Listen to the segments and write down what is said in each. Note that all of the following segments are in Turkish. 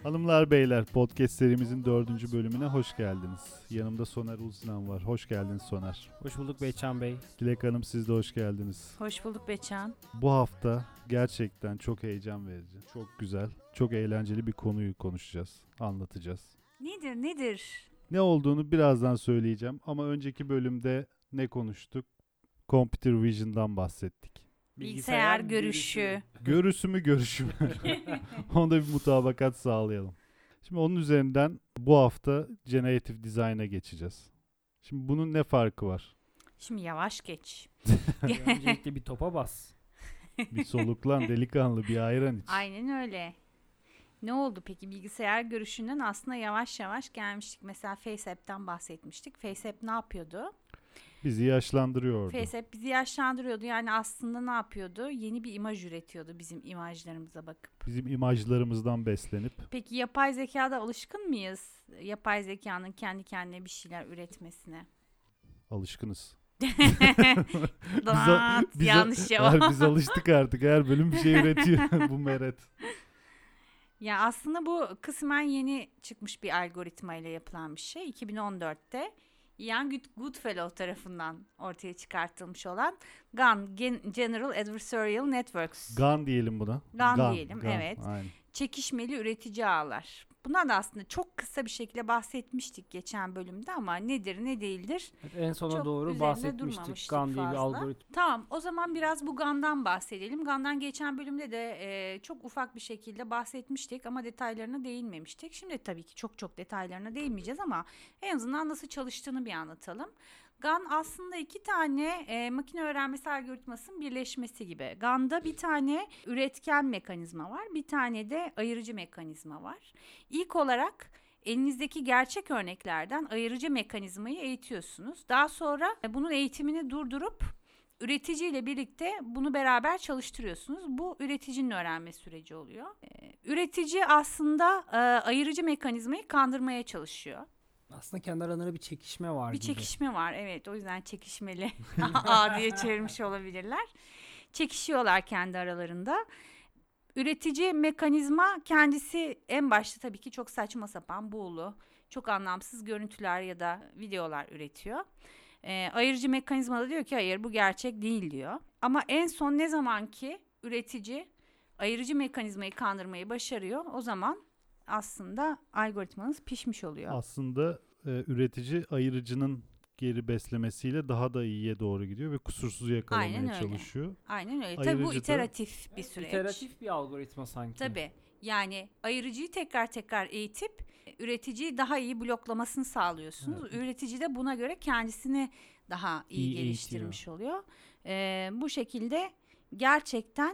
Hanımlar beyler, podcast serimizin 4. bölümüne hoş geldiniz. Yanımda Soner Uzman var. Hoş geldiniz Soner. Hoş bulduk Beyçan Bey. Dilek Hanım, siz de hoş geldiniz. Hoş bulduk Beçan. Bu hafta gerçekten çok heyecan verici, çok güzel, çok eğlenceli bir konuyu konuşacağız, anlatacağız. Nedir? Ne olduğunu birazdan söyleyeceğim ama önceki bölümde ne konuştuk? Computer Vision'dan bahsettik. Bilgisayar görüşü. Görüsü mü görüşü mü? Onda bir mutabakat sağlayalım. Şimdi onun üzerinden bu hafta Generative Design'a geçeceğiz. Şimdi bunun ne farkı var? Şimdi yavaş geç. Öncelikle bir topa bas. Bir soluklan delikanlı, bir ayran iç. Aynen öyle. Ne oldu peki? Bilgisayar görüşünden aslında yavaş yavaş gelmiştik. Mesela FaceApp'ten bahsetmiştik. FaceApp ne yapıyordu? Bizi yaşlandırıyordu. FaceApp bizi yaşlandırıyordu. Yani aslında ne yapıyordu? Yeni bir imaj üretiyordu bizim imajlarımıza bakıp. Bizim imajlarımızdan beslenip. Peki yapay zekada alışkın mıyız? Yapay zekanın kendi kendine bir şeyler üretmesine. Alışkınız. Yanlış cevap. Biz alıştık artık. Her bölüm bir şey üretiyor bu meret. Ya aslında bu kısmen yeni çıkmış bir algoritma ile yapılan bir şey. 2014'te Ian Goodfellow tarafından ortaya çıkartılmış olan GAN, General Adversarial Networks. GAN diyelim buna. GAN diyelim, evet. Aynen. Çekişmeli üretici ağlar. Bundan da aslında çok kısa bir şekilde bahsetmiştik geçen bölümde ama nedir ne değildir En sona çok doğru üzerinde bahsetmiştik. durmamıştık GAN diye bir fazla. algoritma. Tamam, o zaman biraz bu GAN'dan bahsedelim. GAN'dan geçen bölümde de çok ufak bir şekilde bahsetmiştik ama detaylarına değinmemiştik. Şimdi tabii ki çok detaylarına değinmeyeceğiz ama en azından nasıl çalıştığını bir anlatalım. GAN aslında iki tane makine öğrenmesi algoritmasının birleşmesi gibi. GAN'da bir tane üretken mekanizma var, bir tane de ayırıcı mekanizma var. İlk olarak elinizdeki gerçek örneklerden ayırıcı mekanizmayı eğitiyorsunuz. Daha sonra bunun eğitimini durdurup üreticiyle birlikte bunu beraber çalıştırıyorsunuz. Bu üreticinin öğrenme süreci oluyor. Üretici aslında ayırıcı mekanizmayı kandırmaya çalışıyor. Aslında kendi aralarında bir çekişme var Bir gibi. çekişme var, evet, o yüzden çekişmeli A diye çevirmiş olabilirler. Çekişiyorlar kendi aralarında. Üretici mekanizma kendisi en başta tabii ki çok saçma sapan, buğulu, çok anlamsız görüntüler ya da videolar üretiyor. Ayırıcı mekanizma da diyor ki hayır, bu gerçek değil diyor. Ama en son ne zaman ki üretici ayırıcı mekanizmayı kandırmayı başarıyor, o zaman aslında algoritmanız pişmiş oluyor. Aslında üretici ayırıcının geri beslemesiyle daha da iyiye doğru gidiyor ve kusursuz yakalamaya çalışıyor. Aynen öyle. Ayırıcı Tabii bu iteratif bir süreç. İteratif bir algoritma sanki. Tabii. Yani ayırıcıyı tekrar eğitip üreticiyi daha iyi bloklamasını sağlıyorsunuz. Evet. Üretici de buna göre kendisini daha iyi geliştirmiş oluyor. Bu şekilde gerçekten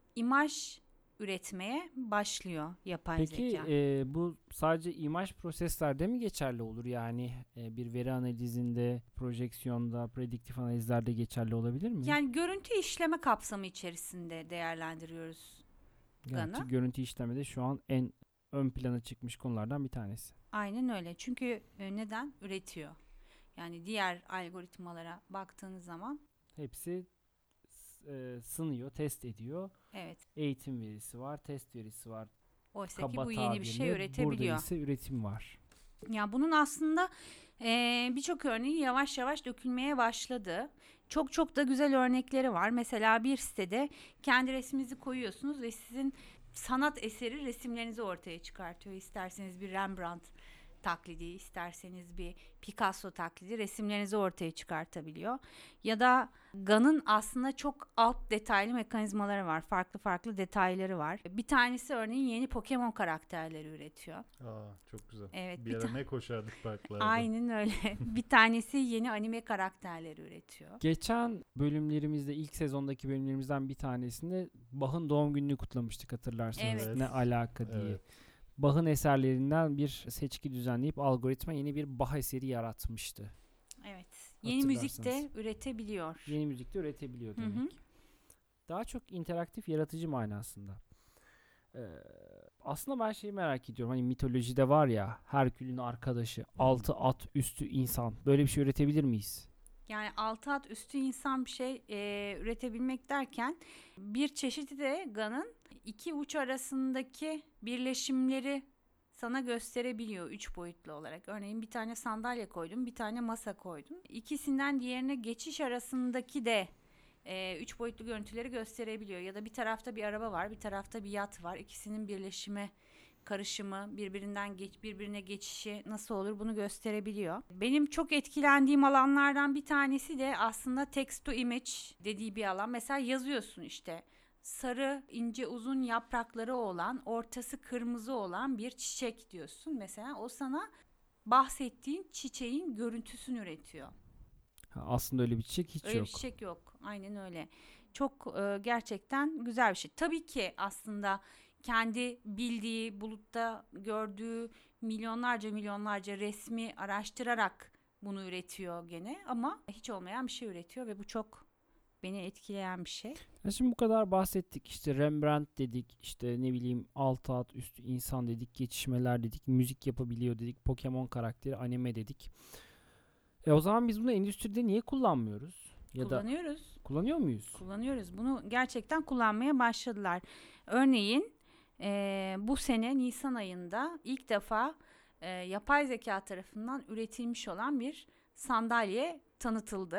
imaj üretmeye başlıyor yapay zeka. Peki bu sadece imaj proseslerde mi geçerli olur? Yani bir veri analizinde, projeksiyonda, prediktif analizlerde geçerli olabilir mi? Yani görüntü işleme kapsamı içerisinde değerlendiriyoruz GAN'ı. Yani görüntü işlemede şu an en ön plana çıkmış konulardan bir tanesi. Aynen öyle. Çünkü neden? Üretiyor. Yani diğer algoritmalara baktığınız zaman hepsi sınıyor, test ediyor. Evet. Eğitim verisi var, test verisi var. Oysa ki bu yeni bir şey üretebiliyor. Burada ise üretim var. Ya bunun aslında birçok örneği yavaş yavaş dökülmeye başladı. Çok da güzel örnekleri var. Mesela bir sitede kendi resminizi koyuyorsunuz ve sizin sanat eseri resimlerinizi ortaya çıkartıyor. İsterseniz bir Rembrandt taklidi, isterseniz bir Picasso taklidi resimlerinizi ortaya çıkartabiliyor. Ya da GAN'ın aslında çok alt detaylı mekanizmaları var. Farklı detayları var. Bir tanesi örneğin yeni Pokemon karakterleri üretiyor. Çok güzel. Evet, bir ara ne koşardık parklarda. Aynen öyle. Bir tanesi yeni anime karakterleri üretiyor. Geçen bölümlerimizde, ilk sezondaki bölümlerimizden bir tanesinde Bach'ın doğum gününü kutlamıştık, hatırlarsanız. Evet. Ne alaka diye. Evet. Bach'ın eserlerinden bir seçki düzenleyip algoritma yeni bir Bach eseri yaratmıştı. Evet. Yeni müzik de üretebiliyor. Yeni müzik de üretebiliyor demek. Daha çok interaktif, yaratıcı manasında. Aslında ben şeyi merak ediyorum. Hani mitolojide var ya, Herkül'ün arkadaşı, 6 at üstü insan. Böyle bir şey üretebilir miyiz? Yani 6 at üstü insan bir şey üretebilmek derken bir çeşidi de GAN'ın iki uç arasındaki birleşimleri sana gösterebiliyor 3 boyutlu olarak. Örneğin bir tane sandalye koydum, bir tane masa koydum. İkisinden diğerine geçiş arasındaki de 3 boyutlu görüntüleri gösterebiliyor. Ya da bir tarafta bir araba var, bir tarafta bir yat var. İkisinin birleşimi, karışımı, birbirine geçişi nasıl olur bunu gösterebiliyor. Benim çok etkilendiğim alanlardan bir tanesi de aslında text to image dediği bir alan. Mesela yazıyorsun işte sarı, ince, uzun yaprakları olan, ortası kırmızı olan bir çiçek diyorsun. Mesela o sana bahsettiğin çiçeğin görüntüsünü üretiyor. Aslında öyle bir çiçek hiç Öyle yok. bir çiçek yok. Aynen öyle. Çok gerçekten güzel bir şey. Tabii ki aslında kendi bildiği, bulutta gördüğü milyonlarca resmi araştırarak bunu üretiyor gene. Ama hiç olmayan bir şey üretiyor ve bu çok beni etkileyen bir şey. Ya şimdi bu kadar bahsettik. İşte Rembrandt dedik, işte ne bileyim altı alt üstü insan dedik, geçişmeler dedik, müzik yapabiliyor dedik, Pokemon karakteri, anime dedik. O zaman biz bunu endüstride niye kullanmıyoruz? Ya da kullanıyor muyuz? Kullanıyoruz. Bunu gerçekten kullanmaya başladılar. Örneğin bu sene Nisan ayında ilk defa yapay zeka tarafından üretilmiş olan bir sandalye tanıtıldı.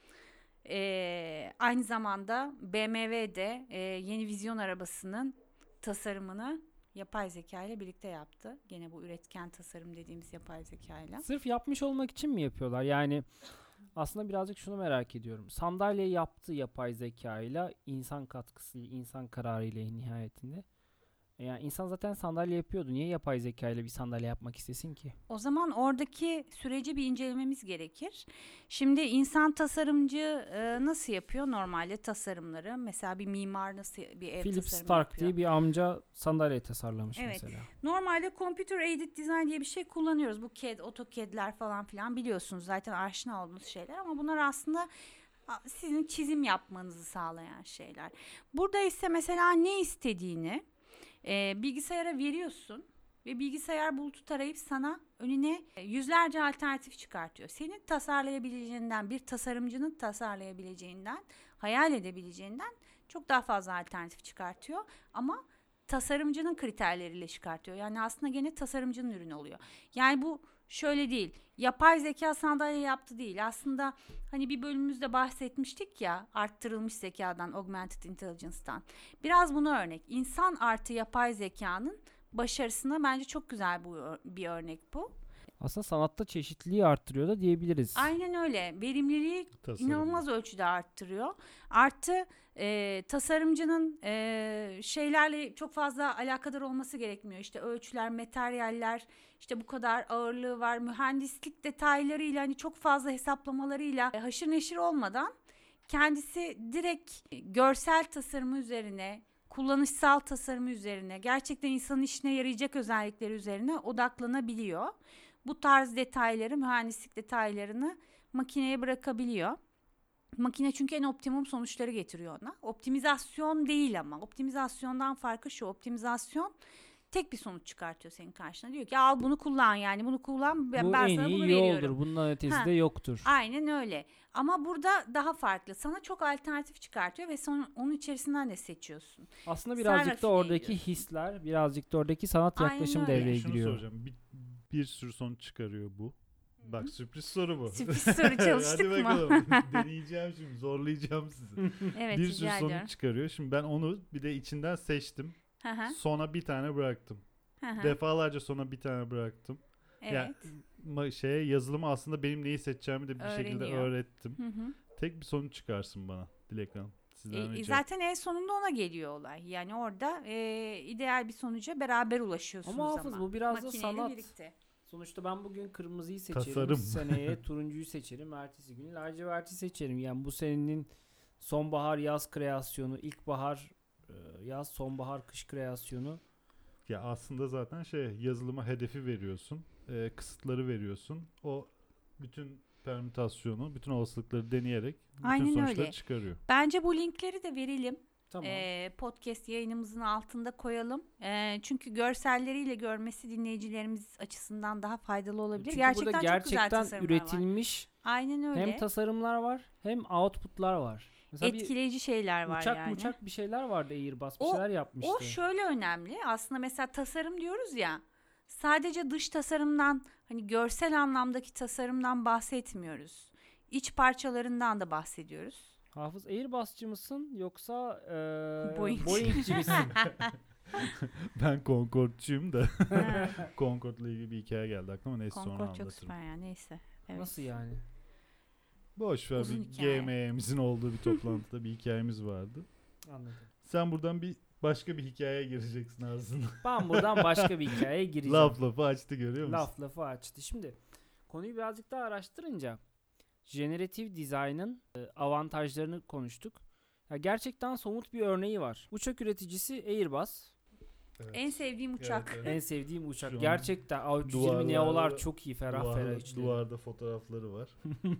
Aynı zamanda BMW'de yeni vizyon arabasının tasarımını yapay zeka ile birlikte yaptı. Gene bu üretken tasarım dediğimiz yapay zeka ile. Sırf yapmış olmak için mi yapıyorlar? Yani aslında birazcık şunu merak ediyorum. Sandalye yaptı yapay zeka ile, insan katkısı, insan kararı ile nihayetinde. Yani insan zaten sandalye yapıyordu. Niye yapay zeka ile bir sandalye yapmak istesin ki? O zaman oradaki süreci bir incelememiz gerekir. Şimdi insan tasarımcı nasıl yapıyor normalde tasarımları? Mesela bir mimar nasıl bir ev Philip tasarımı Stark yapıyor? diye bir amca sandalye tasarlamış Evet. mesela. Normalde Computer Aided Design diye bir şey kullanıyoruz. Bu CAD, AutoCAD'ler falan filan biliyorsunuz zaten aşina olduğunuz şeyler ama bunlar aslında sizin çizim yapmanızı sağlayan şeyler. Burada ise mesela ne istediğini bilgisayara veriyorsun ve bilgisayar bulutu tarayıp sana önüne yüzlerce alternatif çıkartıyor. Senin tasarlayabileceğinden, bir tasarımcının tasarlayabileceğinden, hayal edebileceğinden çok daha fazla alternatif çıkartıyor. Ama tasarımcının kriterleriyle çıkartıyor. Yani aslında gene tasarımcının ürünü oluyor. Yani bu şöyle değil. Yapay zeka sandalye yaptı değil. Aslında hani bir bölümümüzde bahsetmiştik ya arttırılmış zekadan, augmented intelligence'dan. Biraz buna örnek. İnsan artı yapay zekanın başarısına bence çok güzel bir örnek bu. Aslında sanatta çeşitliliği arttırıyor da diyebiliriz. Aynen öyle. Verimliliği inanılmaz ölçüde arttırıyor. Artı tasarımcının şeylerle çok fazla alakadar olması gerekmiyor. İşte ölçüler, materyaller, işte bu kadar ağırlığı var. Mühendislik detaylarıyla hani çok fazla hesaplamalarıyla haşır neşir olmadan kendisi direkt görsel tasarımı üzerine, kullanışsal tasarımı üzerine, gerçekten insanın işine yarayacak özellikleri üzerine odaklanabiliyor. Bu tarz detayları, mühendislik detaylarını makineye bırakabiliyor. Makine çünkü en optimum sonuçları getiriyor ona. Optimizasyon değil ama. Optimizasyondan farkı şu. Optimizasyon tek bir sonuç çıkartıyor senin karşına. Diyor ki al bunu kullan yani bunu kullan ben sana bunu veriyorum. Olur. Bundan ötesi de yoktur. Aynen öyle. Ama burada daha farklı. Sana çok alternatif çıkartıyor ve sonra onun içerisinden de seçiyorsun. Aslında birazcık da oradaki hisler, birazcık da oradaki sanat yaklaşım devreye giriyor. Şunu soracağım. Bir sürü sonuç çıkarıyor bu. Bak sürpriz soru bu. Sürpriz soru çalıştık Hadi mı? bakalım. Deneyeceğim şimdi. Zorlayacağım sizi. Evet, bir sürü sonuç çıkarıyor. Şimdi ben onu bir de içinden seçtim. Sona bir tane bıraktım. Defalarca sona bir tane bıraktım. Evet. Yani yazılımı aslında benim neyi seçeceğimi de bir şekilde öğrettim. Tek bir sonuç çıkarsın bana Dilek Hanım. Zaten en sonunda ona geliyor olay. Yani orada ideal bir sonuca beraber ulaşıyorsunuz ama. Hafız bu biraz da sanat. Birlikte. Sonuçta ben bugün kırmızıyı seçerim. Tasarım. Seneye turuncuyu seçerim. Ertesi gün laciverti seçerim. Yani bu senenin sonbahar yaz kreasyonu, ilkbahar yaz, sonbahar kış kreasyonu. Ya aslında zaten yazılıma hedefi veriyorsun. Kısıtları veriyorsun. O bütün permütasyonu, bütün olasılıkları deneyerek bütün sonuçları çıkarıyor. Bence bu linkleri de verelim. Tamam. Podcast yayınımızın altında koyalım. Çünkü görselleriyle görmesi dinleyicilerimiz açısından daha faydalı olabilir. Çünkü gerçekten burada çok güzel tasarımlar üretilmiş var. Aynen öyle. Hem tasarımlar var hem outputlar var. Mesela etkileyici şeyler var yani. Uçak bir şeyler vardı, Airbus bir şeyler yapmıştı. O şöyle önemli. Aslında mesela tasarım diyoruz ya. sadece dış tasarımdan, hani görsel anlamdaki tasarımdan bahsetmiyoruz. İç parçalarından da bahsediyoruz. Hafız Airbus'çı mısın yoksa Boeing'ci. Boeing'ci misin? Ben Concorde'cuyum da. Concorde'la ilgili bir hikaye geldi aklıma. Neyse sonra Concorde anlatırım. çok süper ya, neyse. Evet. Nasıl yani? Boş ver, Uzun bir hikaye. GM'mizin olduğu bir toplantıda bir hikayemiz vardı. Anladım. Sen buradan başka bir hikayeye gireceksin aslında. Ben buradan başka bir hikayeye gireceğim. Lafı açtı, görüyor musun? Lafı açtı. Şimdi konuyu birazcık daha araştırınca generative design'ın avantajlarını konuştuk. Ya gerçekten somut bir örneği var. Uçak üreticisi Airbus. Evet. En sevdiğim uçak. Evet, En sevdiğim uçak. Şu an Gerçekten A320 duvarlarda- Neo'lar çok iyi, ferah ferah içleri. Duvarda fotoğrafları var.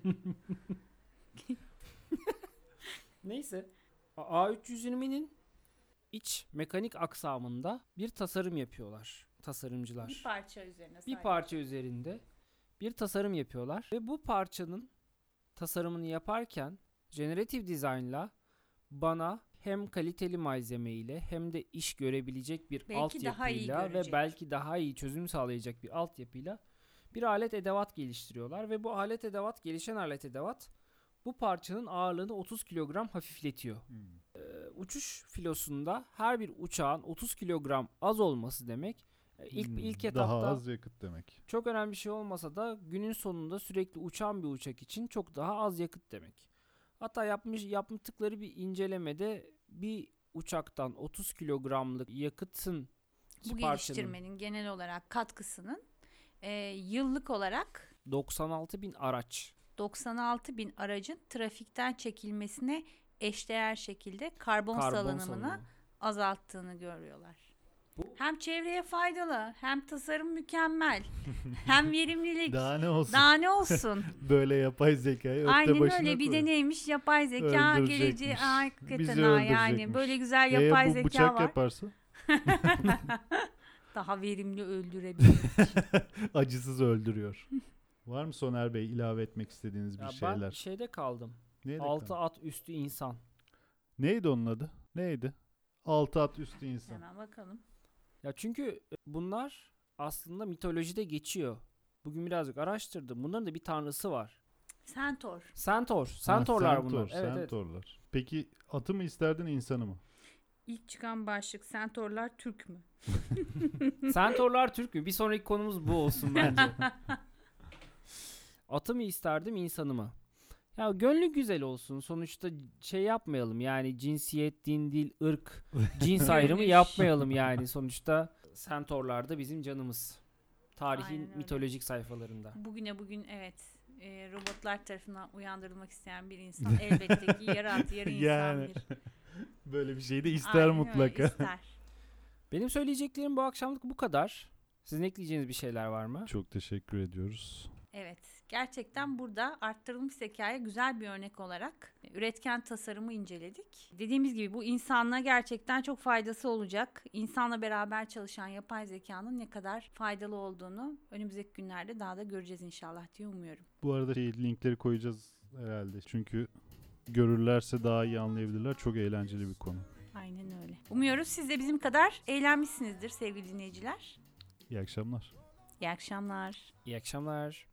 Neyse. A320'nin iç mekanik aksamında bir tasarım yapıyorlar tasarımcılar. Bir parça üzerine Bir sadece. parça üzerinde bir tasarım yapıyorlar ve bu parçanın tasarımını yaparken generative design'la bana hem kaliteli malzeme ile hem de iş görebilecek bir Belki daha iyi altyapıyla ve görecek. belki daha iyi çözüm sağlayacak bir altyapıyla bir alet edevat geliştiriyorlar ve bu gelişen alet edevat bu parçanın ağırlığını 30 kilogram hafifletiyor. Uçuş filosunda her bir uçağın 30 kilogram az olması demek ilk etapta Daha az yakıt demek. çok önemli bir şey olmasa da günün sonunda sürekli uçan bir uçak için çok daha az yakıt demek. Hatta yaptıkları bir incelemede bir uçaktan 30 kilogramlık yakıtın Bu geliştirmenin genel olarak katkısının yıllık olarak 96.000 araç. 96.000 aracın trafikten çekilmesine eşdeğer şekilde karbon salınımını salınımı. azalttığını görüyorlar. Bu- Hem çevreye faydalı, hem tasarım mükemmel, hem verimlilik. Daha ne olsun? Daha ne olsun? Böyle yapay zekayı ökte Aynen başına öyle. Bir koy. de neymiş? Yapay zeka Öldürecekmiş. geleceği. Hakikaten Bizi ha, yani öldürecekmiş. böyle güzel yapay Bu zeka bıçak var. yaparsa Daha verimli öldürebilir. acısız öldürüyor. Var mı Soner Bey ilave etmek istediğiniz bir Ya şeyler? ben şeyde kaldım. Neydi 6 at üstü insan. Neydi onun adı? Neydi? 6 at üstü insan. Hemen bakalım. Ya çünkü bunlar aslında mitolojide geçiyor. Bugün birazcık araştırdım. Bunların da bir tanrısı var. Centaur. Centaurlar bunlar. Evet, evet. Centaurlar. Peki atı mı isterdin, insanı mı? İlk çıkan başlık Centaurlar Türk mü? Centaurlar Türk mü? Bir sonraki konumuz bu olsun bence. Atı mı isterdim, insanı mı? Ya gönlü güzel olsun. Sonuçta şey yapmayalım yani cinsiyet, din, dil, ırk, cins ayrımı Görünüş. yapmayalım yani. Sonuçta Centaurlar da bizim canımız. Tarihin Aynen öyle. mitolojik sayfalarında. Bugüne bugün evet robotlar tarafından uyandırılmak isteyen bir insan elbette ki yarı at yarı Yani, insandır. Böyle bir şey de ister Aynen öyle, mutlaka. ister. Benim söyleyeceklerim bu akşamlık bu kadar. Sizin ekleyeceğiniz bir şeyler var mı? Çok teşekkür ediyoruz. Evet, gerçekten burada arttırılmış zekaya güzel bir örnek olarak üretken tasarımı inceledik. Dediğimiz gibi bu insanlığa gerçekten çok faydası olacak. İnsanla beraber çalışan yapay zekanın ne kadar faydalı olduğunu önümüzdeki günlerde daha da göreceğiz inşallah diye umuyorum. Bu arada linkleri koyacağız herhalde. Çünkü görürlerse daha iyi anlayabilirler. Çok eğlenceli bir konu. Aynen öyle. Umuyoruz siz de bizim kadar eğlenmişsinizdir sevgili dinleyiciler. İyi akşamlar. İyi akşamlar. İyi akşamlar.